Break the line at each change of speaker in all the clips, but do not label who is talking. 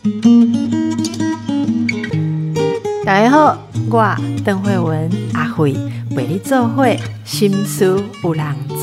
大家好，我邓惠文阿惠陪你做伙心思有人知。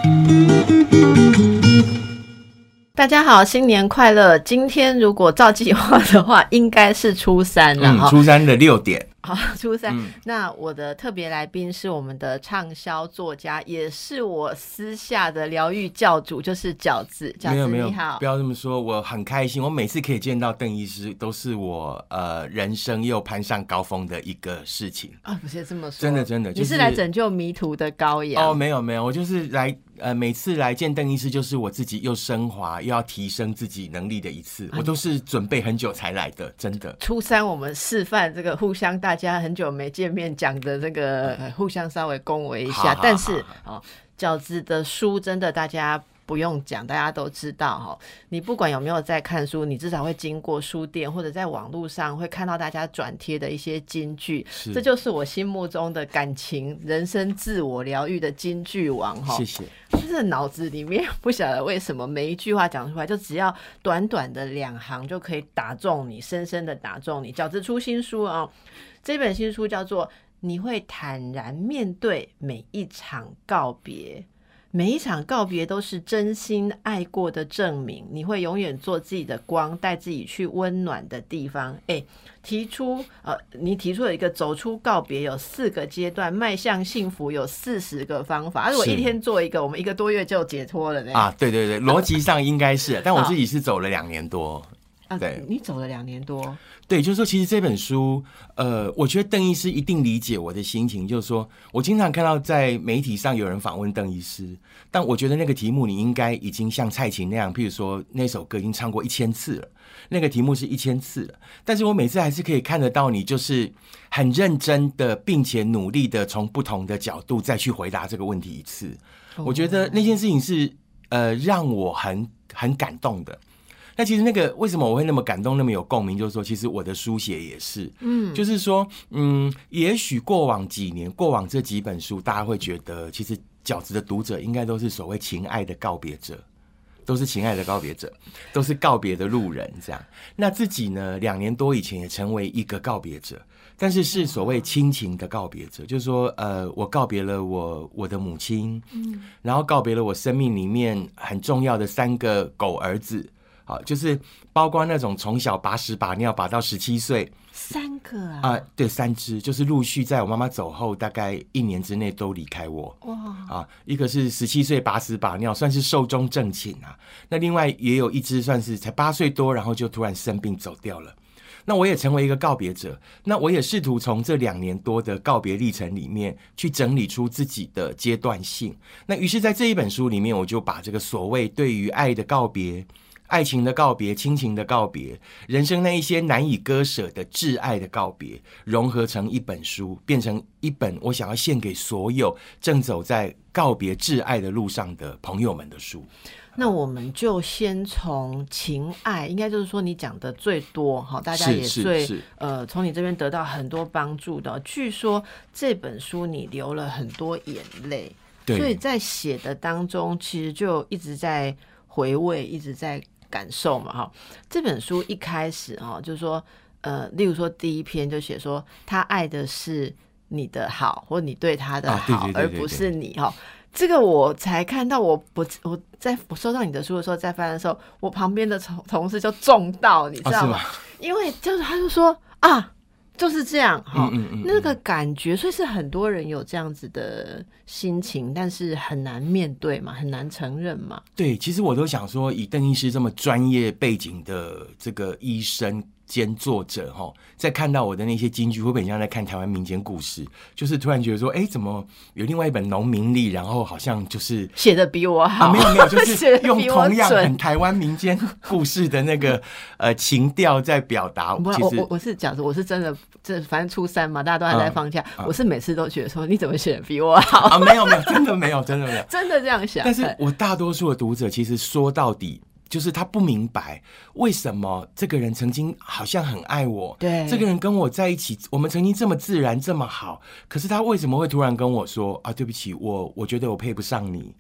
大家好，新年快乐！今天如果照计划的话，应该是初三了
初三的6点。
好，初三。那我的特别来宾是我们的畅销作家，也是我私下的疗愈教主，就是饺子。饺子，
没有，
你好。
不要这么说，我很开心。我每次可以见到邓医师，都是我人生又攀上高峰的一个事情
啊！不是这么说，
真的，就是、
你是来拯救迷途的羔羊
哦？没有，我就是来每次来见邓医师，就是我自己又升华又要提升自己能力的一次。我都是准备很久才来的，真的。
初三我们示范这个互相大家很久没见面讲的这个互相稍微恭维一下，但是饺子的书真的大家不用讲，大家都知道你不管有没有在看书，你至少会经过书店或者在网络上会看到大家转贴的一些金句，这就是我心目中的感情人生自我疗愈的金句王。
谢谢。
就是脑子里面不晓得为什么每一句话讲出来就只要短短的2行就可以打中你，深深的打中你。饺子出新书这本新书叫做你会坦然面对每一场告别，每一场告别都是真心爱过的证明，你会永远做自己的光，带自己去温暖的地方。你提出了一个走出告别有4个阶段，迈向幸福有40个方法。如果一天做一个，我们1个多月就解脱了呢。
对，逻辑上应该是，但我自己是走了2年多。对，
你走了2年多。
对，就是说其实这本书我觉得邓医师一定理解我的心情，就是说我经常看到在媒体上有人访问邓医师，但我觉得那个题目你应该已经像蔡琴那样，譬如说那首歌已经唱过1000次了，那个题目是1000次了，但是我每次还是可以看得到你就是很认真的并且努力的从不同的角度再去回答这个问题一次。我觉得那件事情是让我很感动的。那其实那个为什么我会那么感动，那么有共鸣，就是说其实我的书写也是就是说也许过往几年，过往这几本书大家会觉得其实饺子的读者应该都是所谓情爱的告别者，都是情爱的告别者，都是告别的路人这样。那自己呢2年多以前也成为一个告别者，但是是所谓亲情的告别者，就是说我告别了我的母亲然后告别了我生命里面很重要的3个狗儿子，就是包括那种从小把屎把尿把到17岁
3个
对，3只就是陆续在我妈妈走后大概1年之内都离开我。哇一个是17岁把屎把尿，算是寿终正寝那另外也有一只算是才8岁多，然后就突然生病走掉了。那我也成为一个告别者，那我也试图从这2年多的告别历程里面去整理出自己的阶段性。那于是在这一本书里面，我就把这个所谓对于爱的告别、爱情的告别、亲情的告别、人生那一些难以割舍的挚爱的告别，融合成一本书，变成一本我想要献给所有正走在告别挚爱的路上的朋友们的书。
那我们就先从情爱，应该就是说你讲的最多大家也最从你这边得到很多帮助的。据说这本书你流了很多眼泪，所以在写的当中其实就一直在回味，一直在感受嘛这本书一开始就是说例如说第一篇就写说他爱的是你的好，或你对他的好，而不是你这个我才看到，我收到你的书的时候，在翻的时候，我旁边的同事就中到，你知道吗？因为就是他就说就是这样那个感觉，所以是很多人有这样子的心情，但是很难面对嘛，很难承认嘛。
对，其实我都想说，以邓医师这么专业背景的这个医生兼作者在看到我的那些金句，会不会很像在看台湾民间故事？就是突然觉得说怎么有另外一本农民历，然后好像就是写
得比我好没
有就是用同样很台湾民间故事的那个情调在表达。
我是讲说我是真的反正初3嘛，大家都还在放假我是每次都觉得说你怎么写得比我好
没有真的没有真
的这样想。
但是我大多数的读者其实说到底就是他不明白为什么这个人曾经好像很爱我，对，这个人跟我在一起，我们曾经这么自然这么好，可是他为什么会突然跟我说对不起，我觉得我配不上你，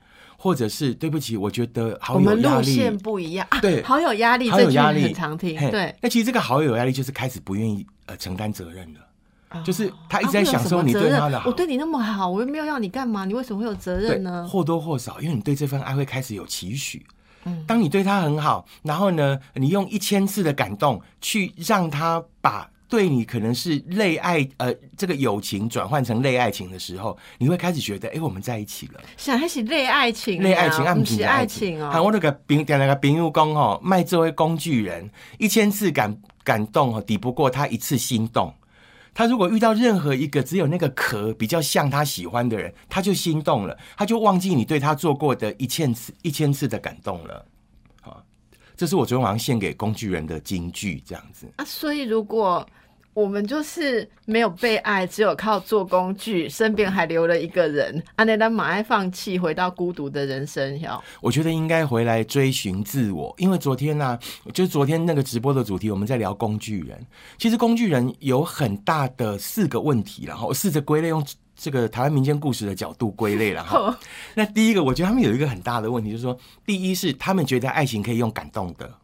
或者是对不起，我觉得好有压力，
我们路线不一样，
对，
好有压力，这句很常听。对，
那其实这个好有压力，就是开始不愿意承担责任了。就是他一直在享受你对他的好，
我对你那么好，我又没有要你干嘛，你为什么会有责任呢？
或多或少，因为你对这份爱会开始有期许。当你对他很好，然后呢，你用1000次的感动去让他把对你可能是类爱这个友情转换成类爱情的时候，你会开始觉得我们在一起了。
想还是类爱情，
类爱情，
不是爱情哦。
我那个朋友讲哦，卖这位工具人，1000次感动哦，抵不过他1次心动。他如果遇到任何一个只有那个壳比较像他喜欢的人，他就心动了，他就忘记你对他做过的1000次的感动了。这是我昨天晚上献给工具人的金句，这样子
啊。所以如果我们就是没有被爱，只有靠做工具，身边还留了一个人，那咱马爱放弃，回到孤独的人生。
我觉得应该回来追寻自我，因为昨天就是昨天那个直播的主题，我们在聊工具人。其实工具人有很大的4个问题，然后我试着归类，用这个台湾民间故事的角度归类了哈。那第一个，我觉得他们有一个很大的问题，就是说，第一是他们觉得爱情可以用感动的。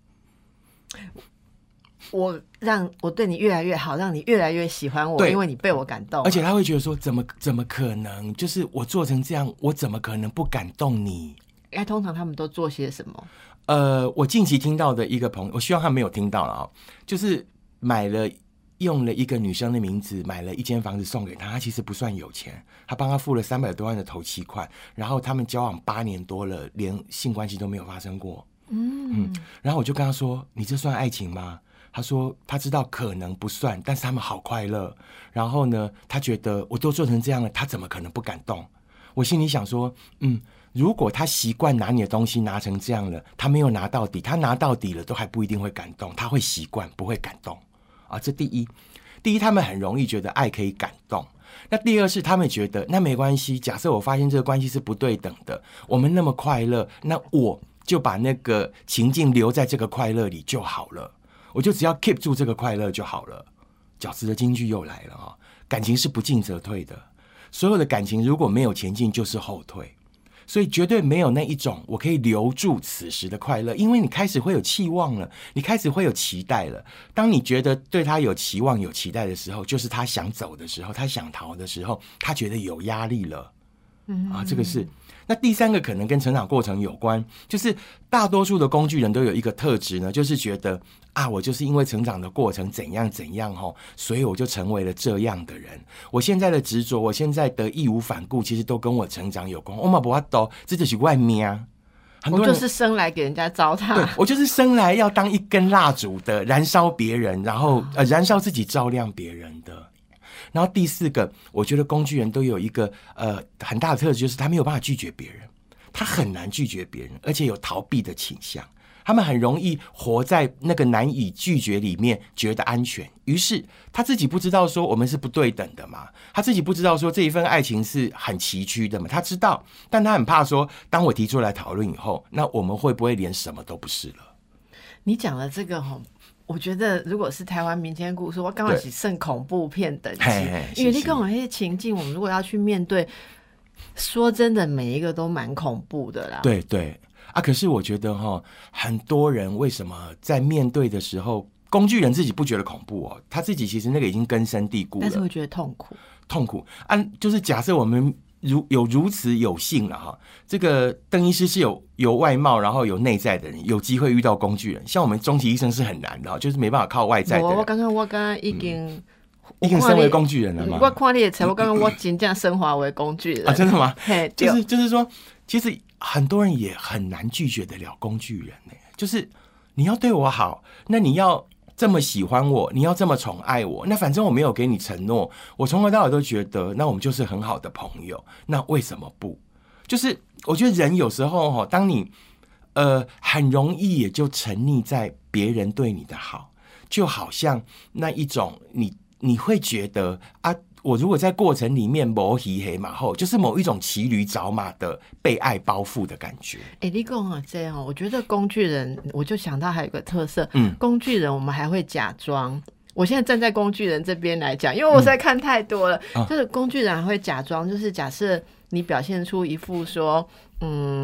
让我对你越来越好，让你越来越喜欢我，因为你被我感动。
而且他会觉得说，怎么可能？就是我做成这样，我怎么可能不感动你？
通常他们都做些什么？
我近期听到的一个朋友，我希望他没有听到了就是用了一个女生的名字买了一间房子送给他，他其实不算有钱，他帮他付了300多万的头期款，然后他们交往8年多了，连性关系都没有发生过。然后我就跟他说，你这算爱情吗？他说他知道可能不算，但是他们好快乐。然后呢，他觉得我都做成这样了，他怎么可能不感动？我心里想说，如果他习惯拿你的东西拿成这样了，他没有拿到底，他拿到底了都还不一定会感动，他会习惯不会感动啊。这第一，他们很容易觉得爱可以感动。那第二是他们觉得那没关系，假设我发现这个关系是不对等的，我们那么快乐，那我就把那个情境留在这个快乐里就好了，我就只要 keep 住这个快乐就好了。饺子的金句又来了感情是不进则退的，所有的感情如果没有前进就是后退，所以绝对没有那一种我可以留住此时的快乐，因为你开始会有期望了，你开始会有期待了。当你觉得对他有期望有期待的时候，就是他想走的时候，他想逃的时候，他觉得有压力了这个是。那第三个可能跟成长过程有关，就是大多数的工具人都有一个特质呢，就是觉得我就是因为成长的过程怎样怎样所以我就成为了这样的人。我现在的执着，我现在的义无反顾，其实都跟我成长有关。我嘛不法度，这就是外面
我就是生来给人家糟蹋，
对，我就是生来要当一根蜡烛的，燃烧别人，然后燃烧自己，照亮别人的。然后第四个，我觉得工具人都有一个很大的特质，就是他没有办法拒绝别人，他很难拒绝别人，而且有逃避的倾向。他们很容易活在那个难以拒绝里面，觉得安全。于是他自己不知道说我们是不对等的嘛，他自己不知道说这一份爱情是很崎岖的嘛，他知道，但他很怕说，当我提出来讨论以后，那我们会不会连什么都不是了？
你讲的这个我觉得如果是台湾民间故事，我刚好是剩恐怖片等级，因为你跟我那些情境，我们如果要去面对，说真的，每一个都蛮恐怖的啦。
对对可是我觉得很多人为什么在面对的时候，工具人自己不觉得恐怖他自己其实那个已经根深蒂固了，
但是会觉得痛苦
就是假设我们如此有幸了这个邓医师是有外貌然后有内在的人，有机会遇到工具人。像我们终其一生是很难的就是没办法靠外在的人。
我刚刚已经
身为工具人了吗？
我看你的才，我刚刚我真正升华为工具人
真的吗？
就是
说，其实很多人也很难拒绝得了工具人就是你要对我好，那你要这么喜欢我，你要这么宠爱我，那反正我没有给你承诺，我从头到尾都觉得那我们就是很好的朋友，那为什么不？就是我觉得人有时候当你很容易也就沉溺在别人对你的好，就好像那一种你会觉得我如果在过程里面没鱼黑马后，就是某一种骑驴找马的被爱包覆的感觉。
你说这样我觉得工具人，我就想到还有一个特色，工具人我们还会假装。我现在站在工具人这边来讲，因为我实在看太多了，就是工具人还会假装，就是假设你表现出一副说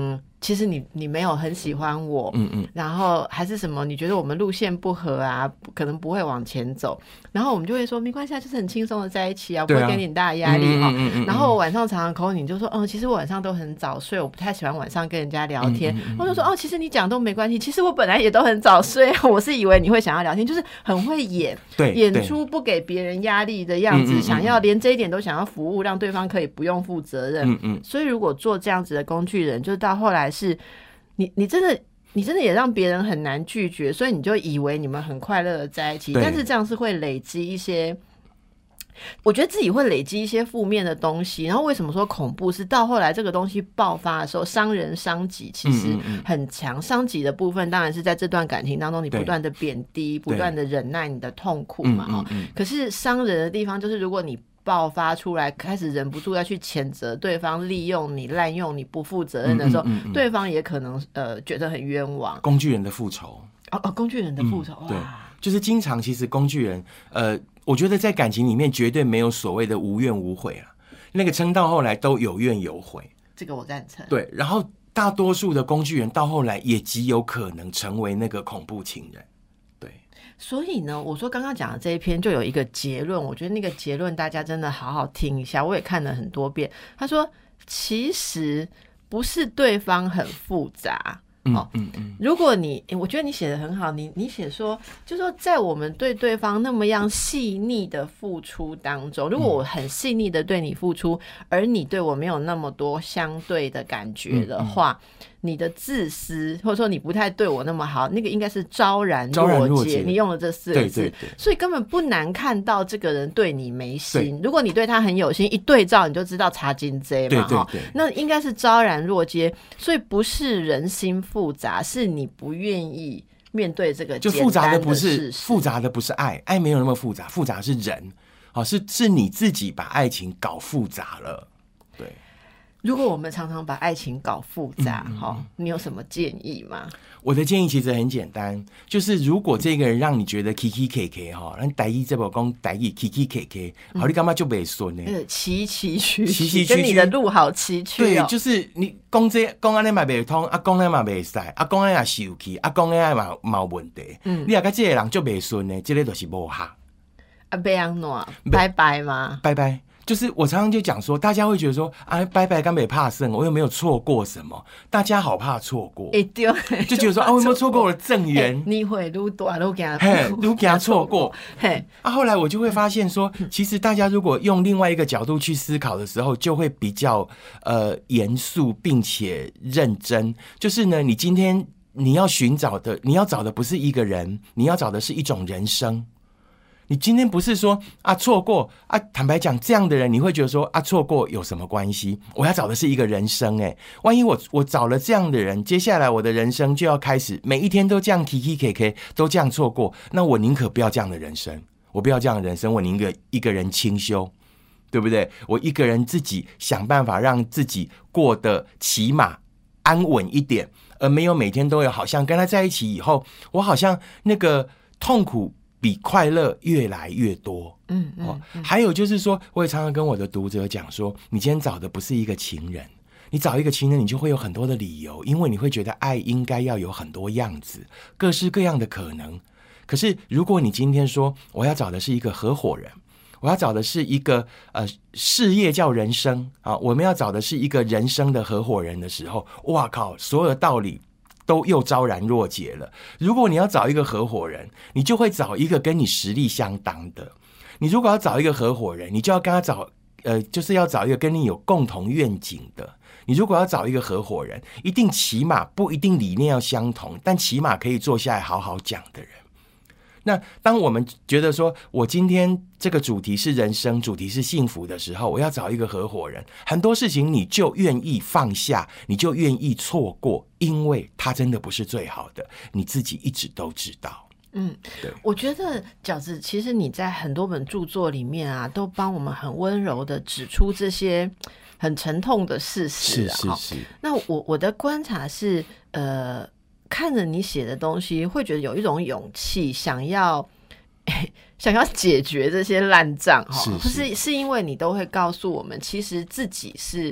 其实你没有很喜欢我，然后还是什么你觉得我们路线不合啊，可能不会往前走，然后我们就会说没关系啊，就是很轻松的在一起啊，不会给你很大的压力然后晚上常常口你就说其实我晚上都很早睡，我不太喜欢晚上跟人家聊天，我就说其实你讲都没关系，其实我本来也都很早睡，我是以为你会想要聊天，就是很会演出不给别人压力的样子，想要连这一点都想要服务，让对方可以不用负责任。所以如果做这样子的工具人，就到后来是你真的也让别人很难拒绝，所以你就以为你们很快乐的在一起，但是这样是会累积一些，我觉得自己会累积一些负面的东西。然后为什么说恐怖，是到后来这个东西爆发的时候，伤人伤己其实很强。伤己的部分当然是在这段感情当中你不断的贬低，不断的忍耐你的痛苦嘛可是伤人的地方就是如果你爆发出来，开始忍不住要去谴责对方利用你、滥用你、不负责任的时候，对方也可能觉得很冤枉。
工具人的复仇
工具人的复仇
对，就是经常其实工具人我觉得在感情里面绝对没有所谓的无怨无悔了，那个撑到后来都有怨有悔，
这个我赞成。
对，然后大多数的工具人到后来也极有可能成为那个恐怖情人。
所以呢，我说刚刚讲的这一篇就有一个结论，我觉得那个结论大家真的好好听一下，我也看了很多遍。他说其实不是对方很复杂如果我觉得你写得很好，你写说就是说在我们对对方那么样细腻的付出当中，如果我很细腻的对你付出，而你对我没有那么多相对的感觉的话，你的自私或者说你不太对我那么好，那个应该是昭然若揭，你用了这4个字，对，所以根本不难看到这个人对你没心。如果你对他很有心，一对照你就知道查金贼嘛，那应该是昭然若揭。所以不是人心复杂，是你不愿意面对这个简单的事实。就
复杂的不是爱没有那么复杂，复杂是人是你自己把爱情搞复杂了。对，
如果我们常常把爱情搞复杂你有什么建议吗？
我的建议其实很简单，就是如果这个人让你觉得 kiki kk 咱台语这部讲台语 kiki kk 你干嘛就不顺呢？
崎崎岖岖，跟你的路好崎岖
对，就是你讲这讲安尼嘛袂通，讲安嘛袂使，讲安也受气，讲安嘛有问题。你若甲这个人就袂顺呢，这个就是无合。
要怎样？拜拜吗？
拜拜。就是我常常就讲说，大家会觉得说拜拜干没怕剩，我又没有错过什么，大家好怕错过，就觉得说我有没有错过我的正缘？
你会愈大愈
给他错过。后来我就会发现说，其实大家如果用另外一个角度去思考的时候，就会比较严肃并且认真。就是呢，你今天你要找的不是一个人，你要找的是一种人生。你今天不是说错过坦白讲，这样的人你会觉得说错过有什么关系？我要找的是一个人生万一我找了这样的人，接下来我的人生就要开始每一天都这样 kk 都这样错过，那我宁可不要这样的人生，我不要这样的人生，我宁可一个人清修，对不对？我一个人自己想办法让自己过得起码安稳一点，而没有每天都有好像跟他在一起以后，我好像那个痛苦比快乐越来越多。还有就是说，我也常常跟我的读者讲说，你今天找的不是一个情人，你找一个情人，你就会有很多的理由，因为你会觉得爱应该要有很多样子，各式各样的可能。可是如果你今天说我要找的是一个合伙人，我要找的是一个事业叫人生我们要找的是一个人生的合伙人的时候，哇靠，所有的道理都又昭然若揭了。如果你要找一个合伙人，你就会找一个跟你实力相当的。你如果要找一个合伙人，你就要跟他找就是要找一个跟你有共同愿景的。你如果要找一个合伙人，一定起码不一定理念要相同，但起码可以坐下来好好讲的人。那当我们觉得说我今天这个主题是人生，主题是幸福的时候，我要找一个合伙人，很多事情你就愿意放下，你就愿意错过，因为他真的不是最好的，你自己一直都知道。对，
我觉得饺子其实你在很多本著作里面都帮我们很温柔的指出这些很沉痛的事实
是。
那我的观察是看着你写的东西，会觉得有一种勇气，想要解决这些烂账是因为你都会告诉我们，其实自己是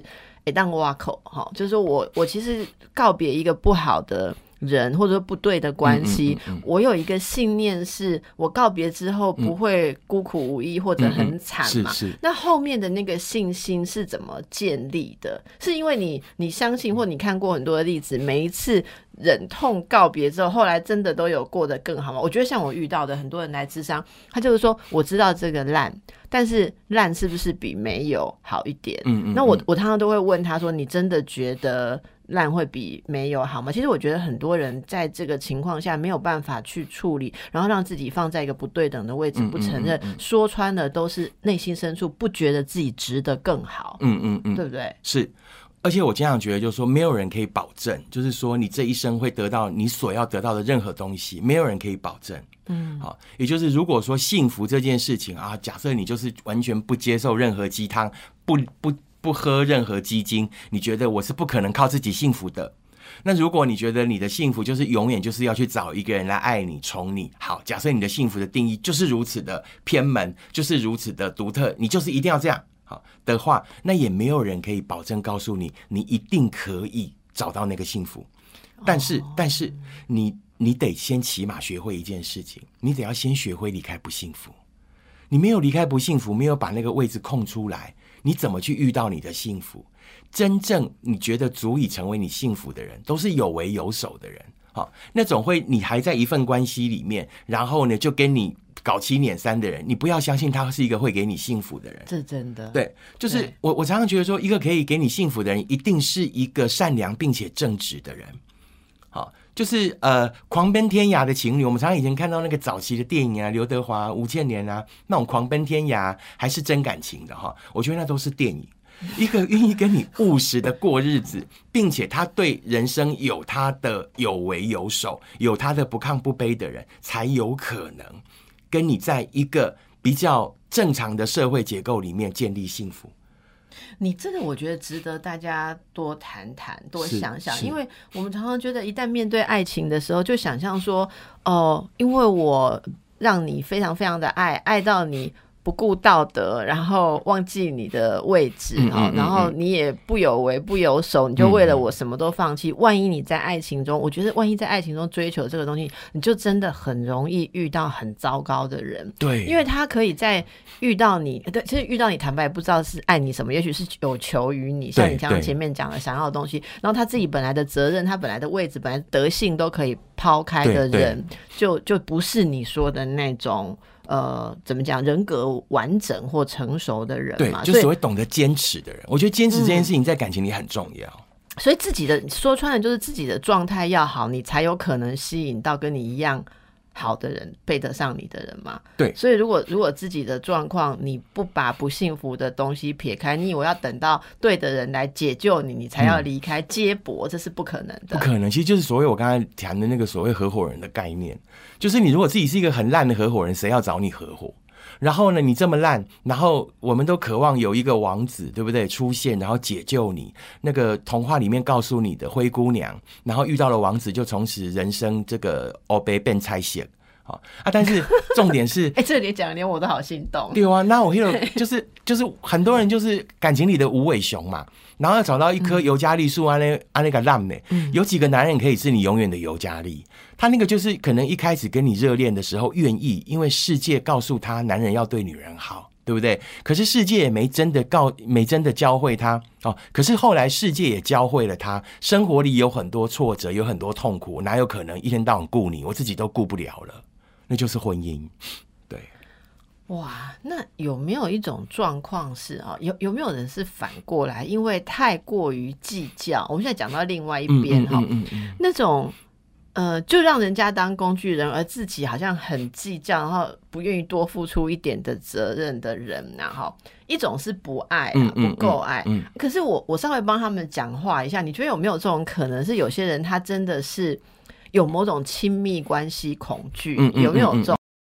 当挖口就是说我其实告别一个不好的人或者说不对的关系，我有一个信念是我告别之后不会孤苦无依或者很惨嘛，
是
那后面的那个信心是怎么建立的？是因为你相信或你看过很多的例子，每一次忍痛告别之后，后来真的都有过得更好吗？我觉得像我遇到的很多人来咨商，他就是说我知道这个烂，但是烂是不是比没有好一点？那我常常都会问他说，你真的觉得烂会比没有好吗？其实我觉得很多人在这个情况下没有办法去处理，然后让自己放在一个不对等的位置，不承认，说穿了都是内心深处不觉得自己值得更好，对不对？
是。而且我经常觉得就是说没有人可以保证，就是说你这一生会得到你所要得到的任何东西，没有人可以保证。好，也就是如果说幸福这件事情啊，假设你就是完全不接受任何鸡汤，不喝任何鸡精，你觉得我是不可能靠自己幸福的。那如果你觉得你的幸福就是永远就是要去找一个人来爱你宠你，好，假设你的幸福的定义就是如此的偏门，就是如此的独特，你就是一定要这样好的话，那也没有人可以保证告诉你你一定可以找到那个幸福。但是你得先起码学会一件事情，你得要先学会离开不幸福。你没有离开不幸福，没有把那个位置空出来，你怎么去遇到你的幸福？真正你觉得足以成为你幸福的人，都是有为有守的人。好，那种你还在一份关系里面，然后呢就跟你搞7捻3的人，你不要相信他是一个会给你幸福的人。
这真的
对，就是我常常觉得说，一个可以给你幸福的人，一定是一个善良并且正直的人。好，就是狂奔天涯的情侣，我们常常以前看到那个早期的电影啊，刘德华、吴倩莲啊，那种狂奔天涯还是真感情的哈，我觉得那都是电影。一个愿意跟你务实的过日子，并且他对人生有他的有为有守，有他的不亢不卑的人，才有可能跟你在一个比较正常的社会结构里面建立幸福。
你这个我觉得值得大家多谈谈多想想，因为我们常常觉得一旦面对爱情的时候，就想象说因为我让你非常非常的爱到你不顾道德，然后忘记你的位置，然后你也不有为不有守，你就为了我什么都放弃。万一你在爱情中，我觉得万一在爱情中追求这个东西，你就真的很容易遇到很糟糕的人。
对，
因为他可以在遇到你，对，其实遇到你坦白不知道是爱你什么，也许是有求于你，像你刚刚前面讲的想要的东西，然后他自己本来的责任，他本来的位置，本来的德性都可以抛开的人，就不是你说的那种怎么讲，人格完整或成熟的人嘛，
对，就所谓懂得坚持的人。我觉得坚持这件事情在感情里很重要。
所以自己的说穿了就是自己的状态要好，你才有可能吸引到跟你一样好的人，配得上你的人嘛。
对，
所以如果自己的状况你不把不幸福的东西撇开，你以为要等到对的人来解救你，你才要离开接驳，这是不可能的。
不可能，其实就是所谓我刚才谈的那个所谓合伙人的概念，就是你如果自己是一个很烂的合伙人，谁要找你合伙？然后呢，你这么烂，然后我们都渴望有一个王子，对不对？出现，然后解救你。那个童话里面告诉你的灰姑娘，然后遇到了王子，就从此人生这个欧杯变拆线但是重点是，
这里讲连我都好心动。
对啊，那我就是很多人就是感情里的无尾熊嘛，然后要找到一棵尤加利树那个烂呢，有几个男人可以是你永远的尤加利？他那个就是可能一开始跟你热恋的时候愿意，因为世界告诉他男人要对女人好，对不对？可是世界也没真的教会他可是后来世界也教会了他，生活里有很多挫折，有很多痛苦，哪有可能一天到晚顾你？我自己都顾不了了，那就是婚姻。对，
哇，那有没有一种状况是有没有人是反过来，因为太过于计较？我们现在讲到另外一边那种就让人家当工具人，而自己好像很计较，然后不愿意多付出一点的责任的人一种是不爱不够爱。可是我稍微帮他们讲话一下，你觉得有没有这种可能是有些人他真的是有某种亲密关系恐惧？有没有这种？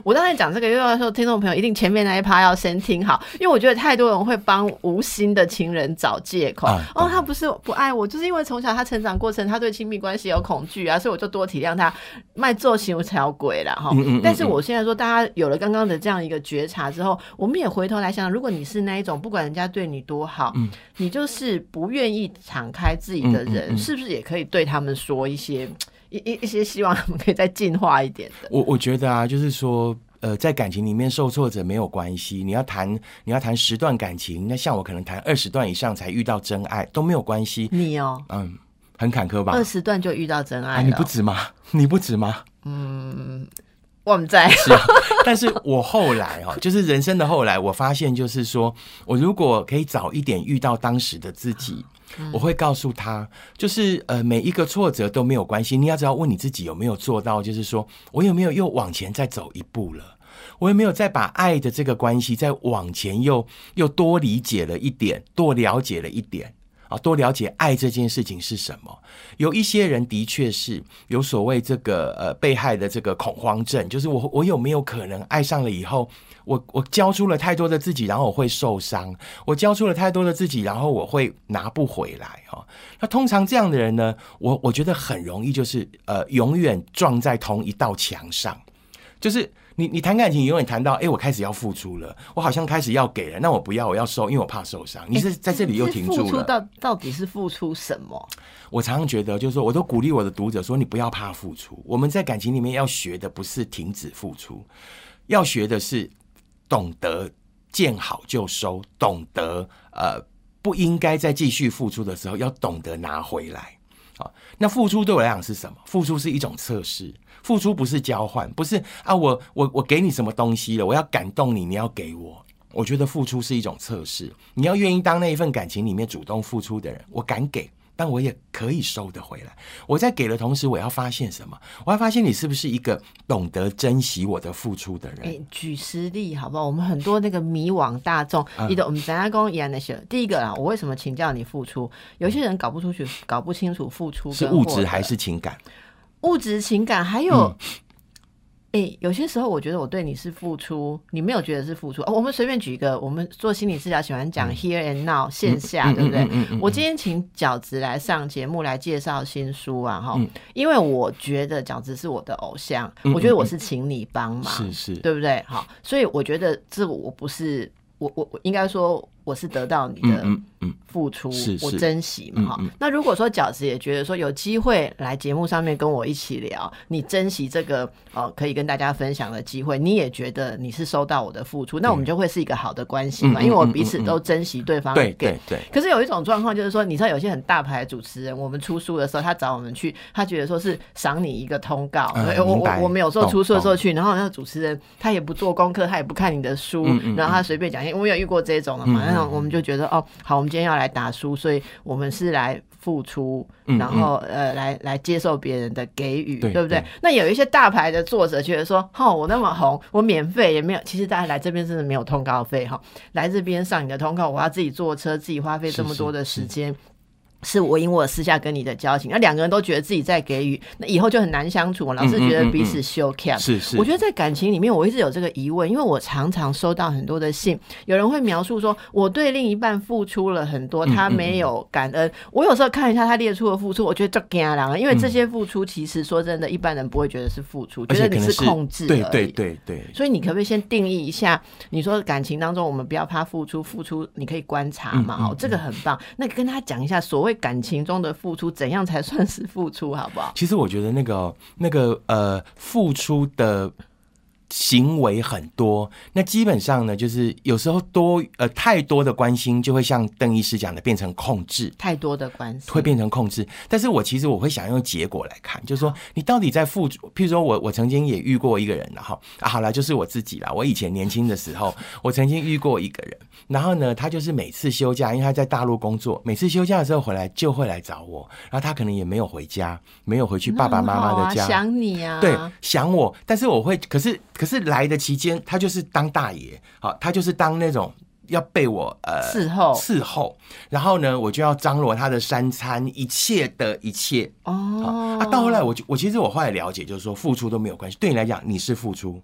我刚才讲这个，又要说听众朋友一定前面那一趴要先听好，因为我觉得太多人会帮无心的情人找借口。他不是不爱我，就是因为从小他成长过程他对亲密关系有恐惧啊，所以我就多体谅他，卖做行条鬼啦哈。但是我现在说，大家有了刚刚的这样一个觉察之后，我们也回头来想，如果你是那一种不管人家对你多好，你就是不愿意敞开自己的人，是不是也可以对他们说一些希望他们可以再进化一点的？
我觉得啊，就是说。在感情里面受挫折没有关系，你要谈10段感情，那像我可能谈20段以上才遇到真爱都没有关系。
你
很坎坷吧
？20段就遇到真爱了，
你不止吗？你不止吗？
我们在
是但是我后来就是人生的后来，我发现就是说，我如果可以早一点遇到当时的自己。我会告诉他，就是每一个挫折都没有关系，你只要问你自己有没有做到，就是说我有没有又往前再走一步了，我有没有再把爱的这个关系再往前又多理解了一点，多了解了一点多了解爱这件事情是什么。有一些人的确是有所谓这个被害的这个恐慌症，就是我有没有可能爱上了以后，我交出了太多的自己，然后我会受伤，我交出了太多的自己，然后我会拿不回来那通常这样的人呢，我觉得很容易就是永远撞在同一道墙上。就是你谈感情永远谈到我开始要付出了，我好像开始要给了，那我不要，我要收，因为我怕受伤。你是在这里又停住了。付
出到底是付出什么？
我常常觉得就是说，我都鼓励我的读者说，你不要怕付出。我们在感情里面要学的不是停止付出，要学的是懂得见好就收，懂得不应该再继续付出的时候要懂得拿回来。那付出对我来讲是什么？付出是一种测试，付出不是交换，不是我给你什么东西了，我要感动你，你要给我。我觉得付出是一种测试，你要愿意当那一份感情里面主动付出的人，我敢给，但我也可以收得回来。我在给的同时，我要发现什么？我要发现你是不是一个懂得珍惜我的付出的人。
举实例好不好？我们很多那个迷惘大众，我们咱家公一样的事。第一个啦，我为什么请教你付出？有些人搞不清楚付出
是物质还是情感？
物质、情感，还有。有些时候我觉得我对你是付出，你没有觉得是付出。我们随便举一个，我们做心理治疗喜欢讲 here and now 线下，对不对？我今天请饺子来上节目来介绍新书啊，因为我觉得饺子是我的偶像，我觉得我是请你帮忙，是，对不对？好，所以我觉得这我不是我应该说我是得到你的付出，我珍惜嘛。那如果说饺子也觉得说有机会来节目上面跟我一起聊，你珍惜这个可以跟大家分享的机会，你也觉得你是收到我的付出，那我们就会是一个好的关系嘛，因为我彼此都珍惜对方给。对。可是有一种状况就是说，你知道有些很大牌的主持人，我们出书的时候，他找我们去，他觉得说是赏你一个通告，我们有时候出书的时候去，然后那个主持人他也不做功课，他也不看你的书，然后他随便讲，我有遇过这种的嘛，那我们就觉得好，我们今天要来打书，所以我们是来付出，然后来接受别人的给予，对不对？那有一些大牌的作者觉得说，我那么红，我免费也没有，其实大家来这边真的没有通告费，来这边上你的通告，我要自己坐车，自己花费这么多的时间。是我因我私下跟你的交情，那两个人都觉得自己在给予，那以后就很难相处。老是觉得彼此羞欠。我觉得在感情里面，我一直有这个疑问，因为我常常收到很多的信，有人会描述说，我对另一半付出了很多，他没有感恩。我有时候看一下他列出的付出，我觉得就惊人，因为这些付出其实说真的，一般人不会觉得是付出，觉得你是控制而已。对。所以你可不可以先定义一下？你说感情当中，我们不要怕付出，付出你可以观察嘛，这个很棒。那跟他讲一下所谓感情中的付出怎样才算是付出，好不好？
其实我觉得那个付出的行为很多，那基本上呢，就是有时候太多的关心就会像邓医师讲的变成控制，
太多的关心
会变成控制。但是其实我会想用结果来看，就是说你到底在付出。譬如说我曾经也遇过一个人，然后好啦，就是我自己啦。我以前年轻的时候，我曾经遇过一个人，然后呢，他就是每次休假，因为他在大陆工作，每次休假的时候回来就会来找我，然后他可能也没有回家，没有回去爸爸妈妈的家，
想你啊，
对，想我。但是我会，可是来的期间，他就是当大爷，他就是当那种要被我伺候，然后呢，我就要张罗他的三餐，一切的一切。到后来我其实我后来了解，就是说付出都没有关系，对你来讲你是付出，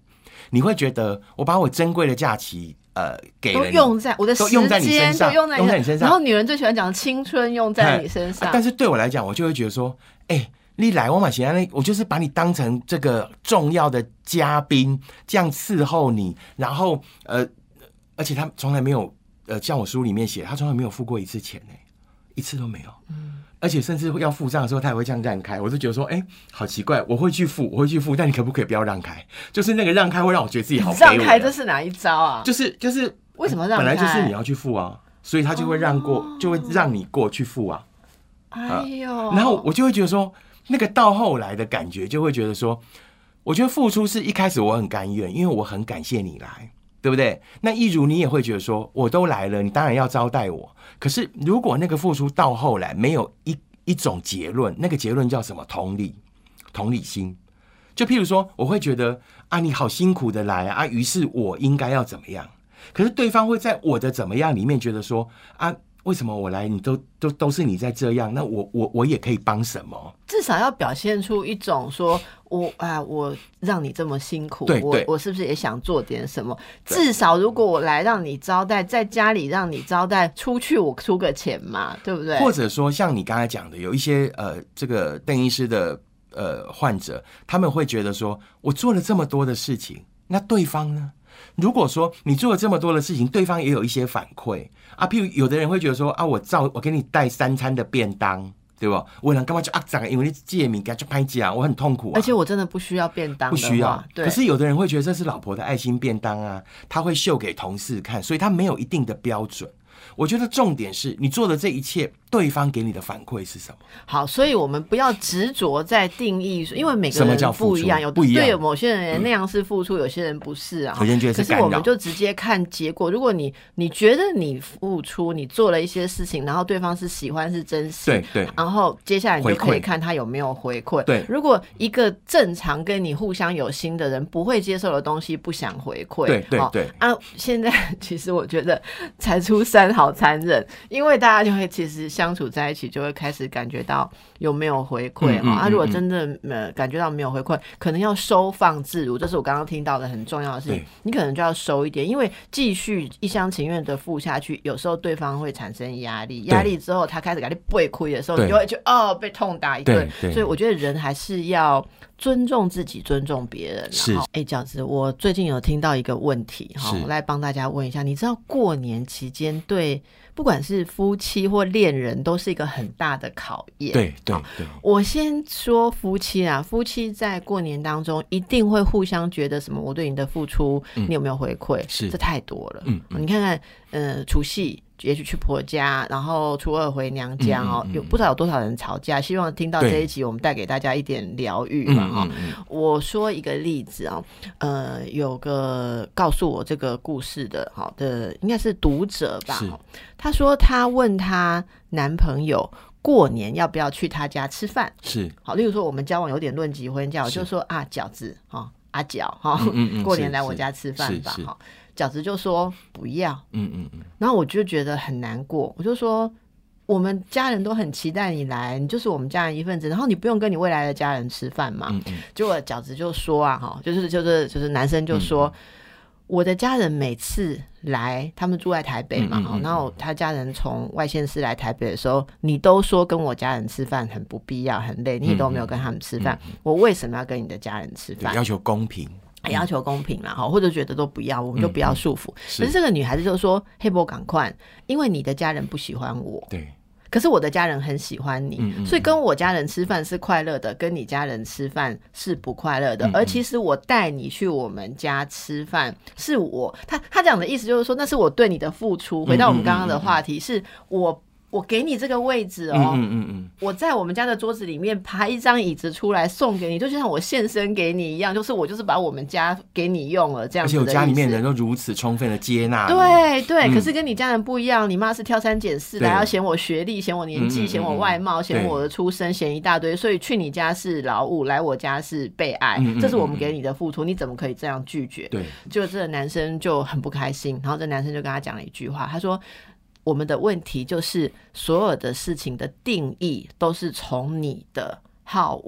你会觉得我把我珍贵的假期给了你，
都用在我的时间，
都用在你身上，用在你身上。
然后女人最喜欢讲青春用在你身上，
但是对我来讲，我就会觉得说，你来我马西安，我就是把你当成这个重要的嘉宾，这样伺候你。然后而且他从来没有像我书里面写，他从来没有付过一次钱一次都没有。而且甚至要付账的时候，他也会这样让开。我就觉得说，好奇怪，我会去付，但你可不可以不要让开？就是那个让开会让我觉得自己好卑微。
让开这是哪一招啊？
就是
为什么让开？
本来就是你要去付啊，所以他就会让过，就会让你过去付啊。
哎呦，
然后我就会觉得说，那个到后来的感觉，就会觉得说，我觉得付出是一开始我很甘愿，因为我很感谢你来，对不对？那一如你也会觉得说，我都来了，你当然要招待我。可是如果那个付出到后来没有一种结论，那个结论叫什么？同理心。就譬如说，我会觉得你好辛苦的来于是我应该要怎么样？可是对方会在我的怎么样里面觉得说为什么我来你都是你在这样？那我也可以帮什么？
至少要表现出一种说我让你这么辛苦，
对
我是不是也想做点什么？至少如果我来让你招待，在家里让你招待，出去我出个钱嘛，对不对？
或者说像你刚才讲的，有一些这个邓医师的患者，他们会觉得说，我做了这么多的事情，那对方呢？如果说你做了这么多的事情，对方也有一些反馈譬如有的人会觉得说我给你带3餐的便当，对吧？我能干嘛就因为你借米给就拍讲，我很痛苦而
且我真的不需要便当的话，
不需要。
对。
可是有的人会觉得这是老婆的爱心便当他会秀给同事看，所以他没有一定的标准。我觉得重点是你做的这一切，对方给你的反馈是什么？
好，所以我们不要执着在定义，因为每个人不一样，对某些人那样是付出，有些人不是啊。
有些人觉得是干扰。
可是我们就直接看结果。如果你觉得你付出，你做了一些事情，然后对方是喜欢是珍惜，
对，
然后接下来你就可以看他有没有回馈。
对，
如果一个正常跟你互相有心的人不会接受的东西不想回馈，
对
现在其实我觉得才出3好残忍，因为大家就会其实相处在一起，就会开始感觉到有没有回馈如果真的感觉到没有回馈，可能要收放自如，这是我刚刚听到的很重要的事情。你可能就要收一点，因为继续一厢情愿的付下去，有时候对方会产生压力之后他开始给你背亏的时候，你就会觉得被痛打一顿。所以我觉得人还是要尊重自己，尊重别人。
是
饺子，我最近有听到一个问题我来帮大家问一下，你知道过年期间对不管是夫妻或恋人都是一个很大的考验。
对，
我先说夫妻夫妻在过年当中一定会互相觉得什么，我对你的付出你有没有回馈？是，这太多了。你看看除夕也许去婆家，然后初二回娘家有不知道有多少人吵架。希望听到这一集我们带给大家一点疗愈嘛我说一个例子有个告诉我这个故事的应该是读者吧他说他问他男朋友过年要不要去他家吃饭。
是，
好，例如说我们交往有点论及婚嫁，我就说饺子阿角过年来我家吃饭吧饺子就说不要。然后我就觉得很难过，我就说我们家人都很期待你来，你就是我们家人一份子，然后你不用跟你未来的家人吃饭嘛结果饺子就说就是男生就说我的家人每次来，他们住在台北嘛然后他家人从外县市来台北的时候，你都说跟我家人吃饭很不必要很累，你也都没有跟他们吃饭我为什么要跟你的家人吃饭？
要求公平，
要求公平啦或者觉得都不要，我们就不要束缚可是这个女孩子就说黑波赶快，因为你的家人不喜欢我，
对，
可是我的家人很喜欢你所以跟我家人吃饭是快乐的，跟你家人吃饭是不快乐的而其实我带你去我们家吃饭是他讲的意思就是说那是我对你的付出回到我们刚刚的话题是我给你这个位置我在我们家的桌子里面排一张椅子出来送给你，就像我献身给你一样，我就是把我们家给你用了这样子的意思。而且
我家里面人都如此充分的接纳
你。对可是跟你家人不一样，你妈是挑三拣四的，还要嫌我学历，嫌我年纪，嫌我外貌，嫌我的出身，嫌一大堆，所以去你家是劳务，来我家是被爱这是我们给你的付出，你怎么可以这样拒绝？
对，
就这个男生就很不开心，然后这男生就跟他讲了一句话，他说我们的问题就是所有的事情的定义都是从你的好恶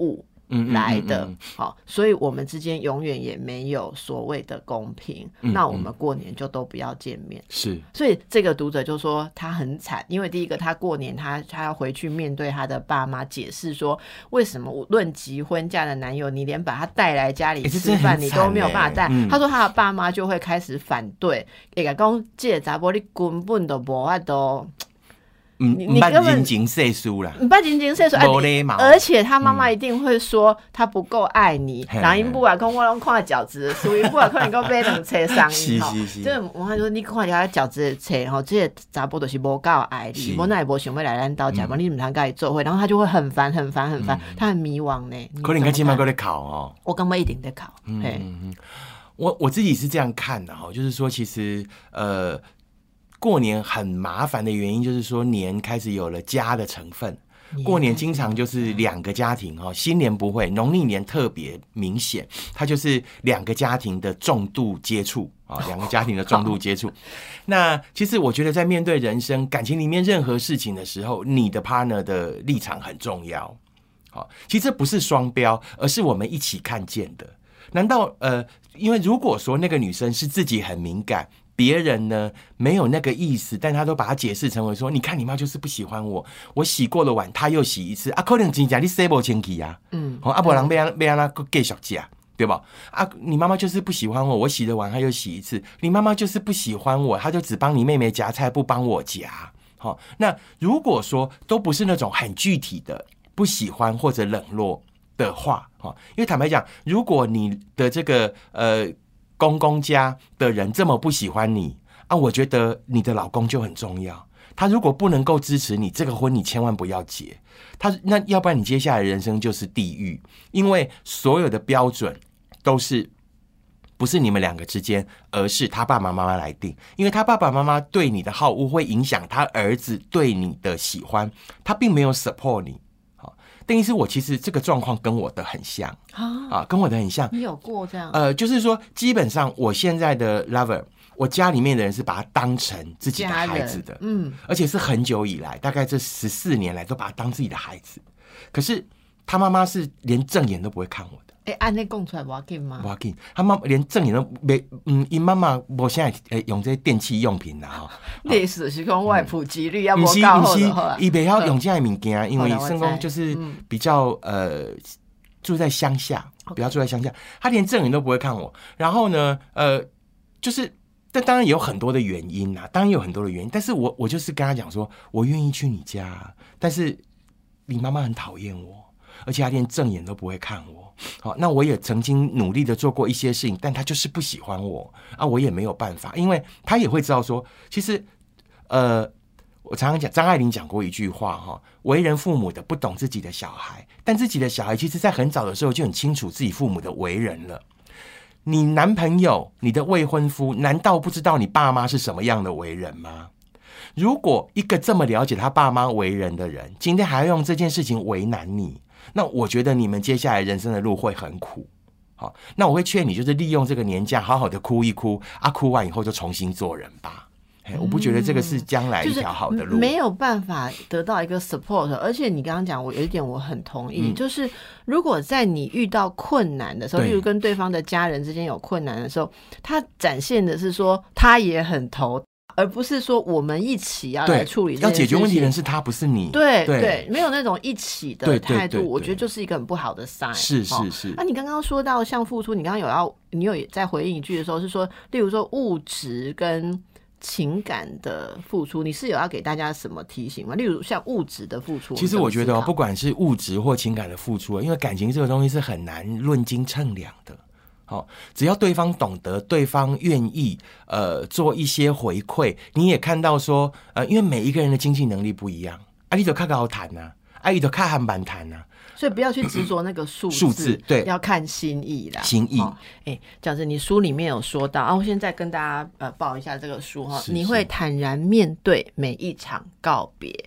来的，好，所以我们之间永远也没有所谓的公平，那我们过年就都不要见面。
是，
所以这个读者就说他很惨，因为第一个他过年他要回去面对他的爸妈，解释说为什么论及婚嫁的男友，你连把他带来家里吃饭你都没有办法带。他说他的爸妈就会开始反对，会讲这个查某你根本都无法度。
你根本斤斤岁数啦，
你不斤斤岁数，而且他妈妈一定会说他不够爱你。然后因不啊，跟我拢看饺子，所以不啊，可能够买两车上衣哈。就是我妈说你看下饺子的车吼，这些查甫就是无够爱你，无奈无想要来咱家食饭，你唔通跟他做伙，然后他就会很烦，他很迷惘呢。
可能你今晚过来考哦，
我感觉一定在考。
我自己是这样看的哈，就是说其实过年很麻烦的原因就是说年开始有了家的成分，过年经常就是两个家庭哈，新年不会，农历年特别明显，它就是两个家庭的重度接触啊，两个家庭的重度接触。那其实我觉得在面对人生感情里面任何事情的时候，你的 partner 的立场很重要。好，其实这不是双标，而是我们一起看见的。难道因为如果说那个女生是自己很敏感，别人呢没有那个意思，但他都把它解释成为说，你看你妈就是不喜欢我，我洗过的碗她又洗一次啊，可能真正你洗不清楚啊，啊不然要让他继续吃，对吧？啊，你妈妈就是不喜欢我，我洗的碗她又洗一次，你妈妈就是不喜欢我，她就只帮你妹妹夹菜，不帮我夹。好，那如果说都不是那种很具体的不喜欢或者冷落的话，因为坦白讲，如果你的这个公公家的人这么不喜欢你啊，我觉得你的老公就很重要。他如果不能够支持你这个婚，你千万不要结。那要不然你接下来的人生就是地狱，因为所有的标准都是不是你们两个之间，而是他爸爸妈妈来定。因为他爸爸妈妈对你的好恶会影响他儿子对你的喜欢，他并没有 support 你。邓医师，我其实这个状况跟我的很像啊，跟我的很像。
你有过这样？
就是说，基本上我现在的 lover， 我家里面的人是把他当成自己的孩子的，而且是很久以来，大概这14年来都把他当自己的孩子。可是他妈妈是连正眼都不会看我的。
按那讲出来不要紧吗？
不要紧，他妈连正眼都没，因妈妈无现在用这些电器用品啦哈。
历史是讲外普及率要不高好的话，
伊不要用这些物件，因为圣公就是比较住在乡下，比较住在乡下，他连正眼都不会看我。然后呢，就是但当然也有很多的原因啦，当然有很多的原因，但是我就是跟他讲说，我愿意去你家，但是你妈妈很讨厌我。而且他连正眼都不会看我，好，那我也曾经努力的做过一些事情，但他就是不喜欢我啊，我也没有办法，因为他也会知道说，其实，我常常讲张爱玲讲过一句话哈，为人父母的不懂自己的小孩，但自己的小孩其实在很早的时候就很清楚自己父母的为人了。你男朋友、你的未婚夫，难道不知道你爸妈是什么样的为人吗？如果一个这么了解他爸妈为人的人，今天还要用这件事情为难你，那我觉得你们接下来人生的路会很苦。好，那我会劝你，就是利用这个年假，好好的哭一哭啊，哭完以后就重新做人吧。我不觉得这个是将来一条好的路，
就是没有办法得到一个 support。而且你刚刚讲，我有一点我很同意，就是如果在你遇到困难的时候，例如跟对方的家人之间有困难的时候，他展现的是说他也很头。而不是说我们一起要来处理这件事情，
要解决问题的人是他，不是你。
对，没有那种一起的态度，我觉得就是一个很不好的 sign。是。那你刚刚说到像付出，你刚刚你有在回应一句的时候是说，例如说物质跟情感的付出，你是有要给大家什么提醒吗？例如像物质的付出，
其实我觉得不管是物质或情感的付出，因为感情这个东西是很难论斤称两的。好，只要对方懂得，对方愿意做一些回馈，你也看到说因为每一个人的经济能力不一样，你就看高谈呐，你就看汉版谈呐，
所以不要去执着那个数字，
对，
要看心意啦。
心意。
讲着你书里面有说到我现在跟大家报一下这个书哈，你会坦然面对每一场告别。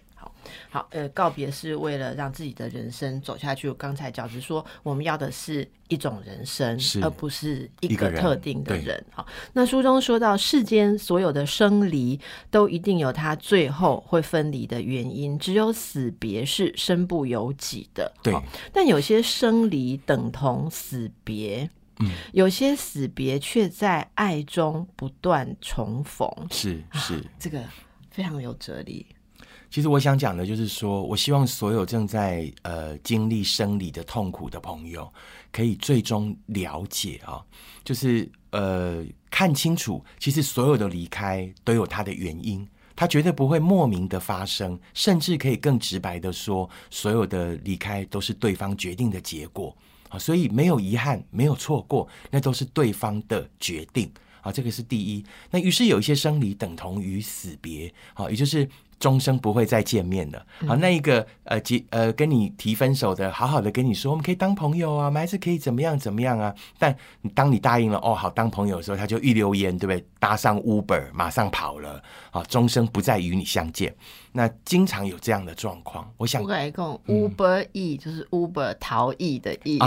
好，告别是为了让自己的人生走下去。刚才饺子说，我们要的是一种人生，而不是一个特定的人。好，那书中说到，世间所有的生离都一定有它最后会分离的原因，只有死别是身不由己的。
对，
但有些生离等同死别。有些死别却在爱中不断重逢。
是，
这个非常有哲理。
其实我想讲的就是说，我希望所有正在经历生离的痛苦的朋友，可以最终了解啊，就是看清楚，其实所有的离开都有它的原因，它绝对不会莫名的发生，甚至可以更直白的说，所有的离开都是对方决定的结果。所以没有遗憾，没有错过，那都是对方的决定。这个是第一。那于是有一些生离等同于死别，也就是终生不会再见面了。那一个跟你提分手的，好好的跟你说我们可以当朋友啊，我们还是可以怎么样怎么样啊。但当你答应了好当朋友的时候，他就一溜烟，对不对？搭上 Uber 马上跑了，终生不再与你相见。那经常有这样的状况。我想
我来讲 Uber E 就是 Uber 逃逸的逸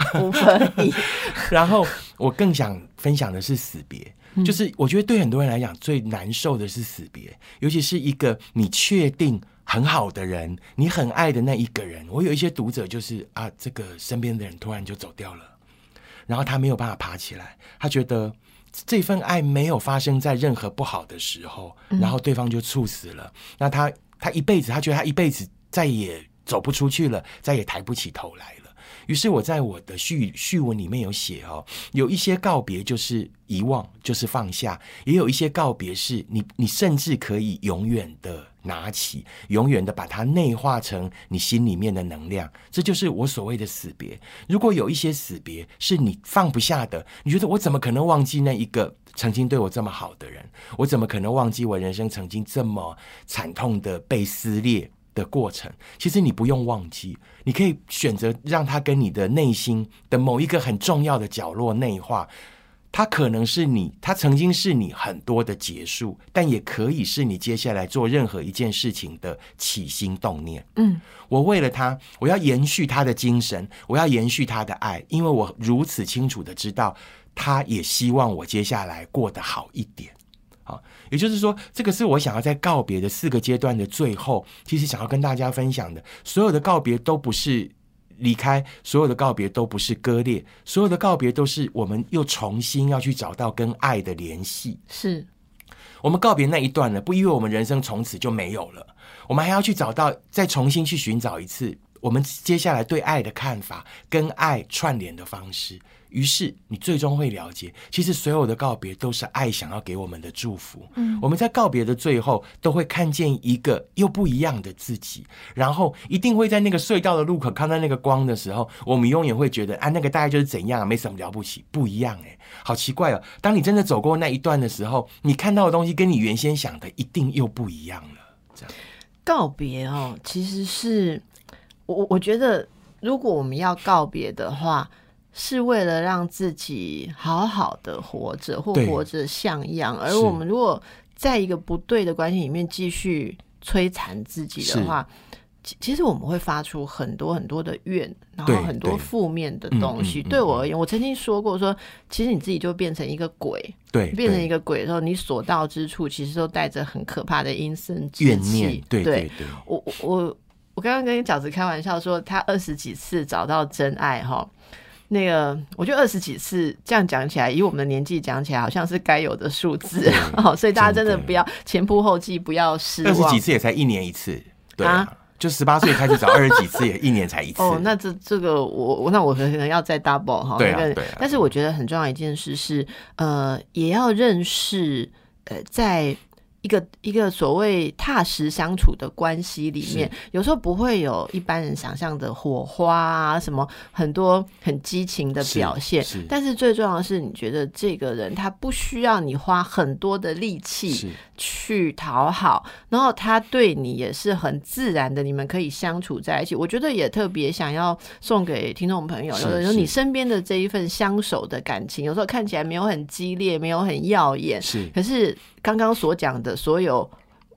Uber E
然后我更想分享的是死别。就是我觉得对很多人来讲最难受的是死别，尤其是一个你确定很好的人，你很爱的那一个人。我有一些读者就是这个身边的人突然就走掉了，然后他没有办法爬起来，他觉得这份爱没有发生在任何不好的时候，然后对方就猝死了。那他一辈子，他觉得他一辈子再也走不出去了，再也抬不起头来了。于是我在我的序文里面有写有一些告别就是遗忘，就是放下，也有一些告别是你甚至可以永远的拿起，永远的把它内化成你心里面的能量。这就是我所谓的死别。如果有一些死别是你放不下的，你觉得我怎么可能忘记那一个曾经对我这么好的人，我怎么可能忘记我人生曾经这么惨痛的被撕裂的过程。其实你不用忘记，你可以选择让它跟你的内心的某一个很重要的角落内化。它可能是它曾经是你很多的结束，但也可以是你接下来做任何一件事情的起心动念。我为了他，我要延续他的精神，我要延续他的爱，因为我如此清楚的知道他也希望我接下来过得好一点。也就是说，这个是我想要在告别的4个阶段的最后，其实想要跟大家分享的。所有的告别都不是离开，所有的告别都不是割裂，所有的告别都是我们又重新要去找到跟爱的联系。
是
我们告别那一段了，不因为我们人生从此就没有了，我们还要去找到，再重新去寻找一次我们接下来对爱的看法，跟爱串联的方式。于是你最终会了解，其实所有的告别都是爱想要给我们的祝福。我们在告别的最后都会看见一个又不一样的自己，然后一定会在那个隧道的路口看到那个光的时候，我们永远会觉得那个大概就是怎样，没什么了不起。不一样好奇怪哦。当你真的走过那一段的时候，你看到的东西跟你原先想的一定又不一样了。这样
告别其实是我觉得如果我们要告别的话，是为了让自己好好的活着，或活着像样。而我们如果在一个不对的关系里面继续摧残自己的话，其实我们会发出很多很多的怨，然后很多负面的东西。对我而言，我曾经说过说，其实你自己就变成一个鬼，变成一个鬼的时候，你所到之处其实都带着很可怕的阴森之气。
怨念。对，
我刚刚跟饺子开玩笑说，他20几次找到真爱那个我觉得20几次这样讲起来，以我们的年纪讲起来好像是该有的数字所以大家真的不要前仆后继，不要失望。
20几次也才1年1次，对就18岁开始找20几次也1年才1次。
那这个我可能要再 double
对
但是我觉得很重要一件事是也要认识在一个所谓踏实相处的关系里面，有时候不会有一般人想象的火花什么很多很激情的表现，但是最重要的是，你觉得这个人他不需要你花很多的力气去讨好，然后他对你也是很自然的，你们可以相处在一起。我觉得也特别想要送给听众朋友，有的时候你身边的这一份相守的感情，有时候看起来没有很激烈，没有很耀眼，可是刚刚所讲的所有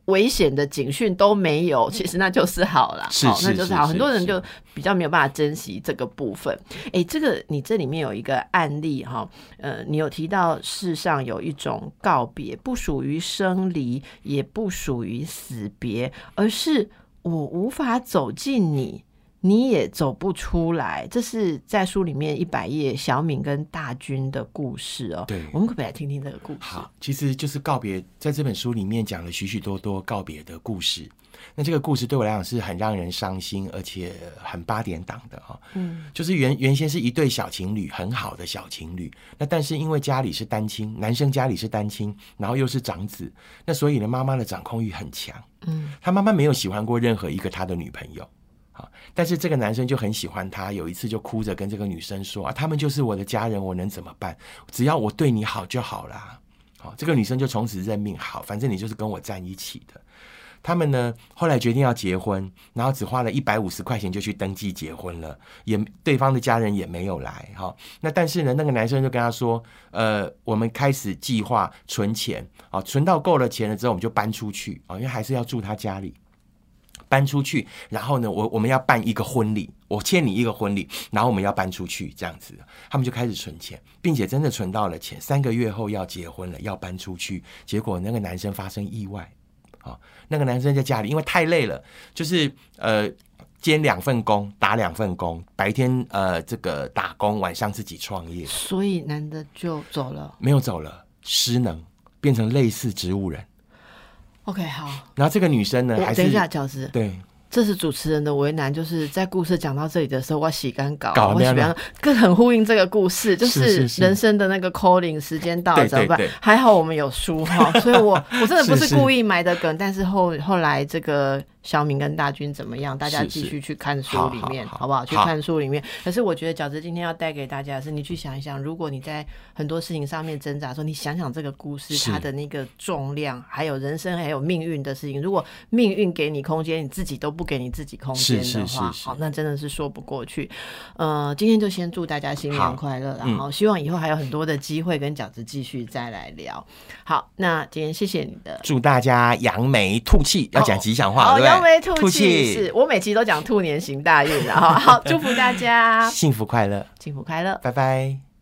危险的警讯都没有，其实那就是好啦，那就是好。很多人就比较没有办法珍惜这个部分。这个你这里面有一个案例你有提到世上有一种告别，不属于生离，也不属于死别，而是我无法走近你，你也走不出来。这是在书里面100页小敏跟大军的故事哦。
对，
我们可不可以来听听这个故事？
好，其实就是告别，在这本书里面讲了许许多多告别的故事。那这个故事对我来讲是很让人伤心，而且很8点档的就是原先是一对小情侣，很好的小情侣。那但是因为家里是单亲，男生家里是单亲，然后又是长子，那所以呢，妈妈的掌控欲很强。他妈妈没有喜欢过任何一个他的女朋友。但是这个男生就很喜欢她，有一次就哭着跟这个女生说他们就是我的家人，我能怎么办？只要我对你好就好啦。这个女生就从此认命，好，反正你就是跟我在一起的。他们呢后来决定要结婚，然后只花了150块钱就去登记结婚了，对方的家人也没有来。那但是呢，那个男生就跟他说我们开始计划存钱，存到够了钱了之后我们就搬出去，因为还是要住他家里，搬出去，然后呢我们要办一个婚礼，我欠你一个婚礼，然后我们要搬出去，这样子他们就开始存钱，并且真的存到了钱，3个月后要结婚了，要搬出去。结果那个男生发生意外，那个男生在家里因为太累了，就是兼2份工，打2份工，白天这个打工，晚上自己创业。
所以男的就走了？
没有走了，失能，变成类似植物人。
OK， 好。然
后这个女生呢，还是
等一下，饺子，
对，
这是主持人的为难，就是在故事讲到这里的时候，我洗干搞
我洗干
更很呼应这个故事，就是人生的那个 calling 时间到了怎么办？还好我们有书所以我真的不是故意埋的梗，但是后来这个小敏跟大军怎么样，大家继续去看书里面，好不好？去看书里面。可是我觉得饺子今天要带给大家的是，你去想一想，如果你在很多事情上面挣扎的时候，你想想这个故事它的那个重量，还有人生还有命运的事情，如果命运给你空间，你自己都不给你自己空间的话，好，那真的是说不过去。今天就先祝大家新年快乐，然后希望以后还有很多的机会跟饺子继续再来聊。好，那今天谢谢你的，
祝大家扬眉吐气，要讲吉祥话，对不对？
扬眉吐气，是我每期都讲兔年行大运，好，祝福大家
幸福快乐，
幸福快乐，
拜拜。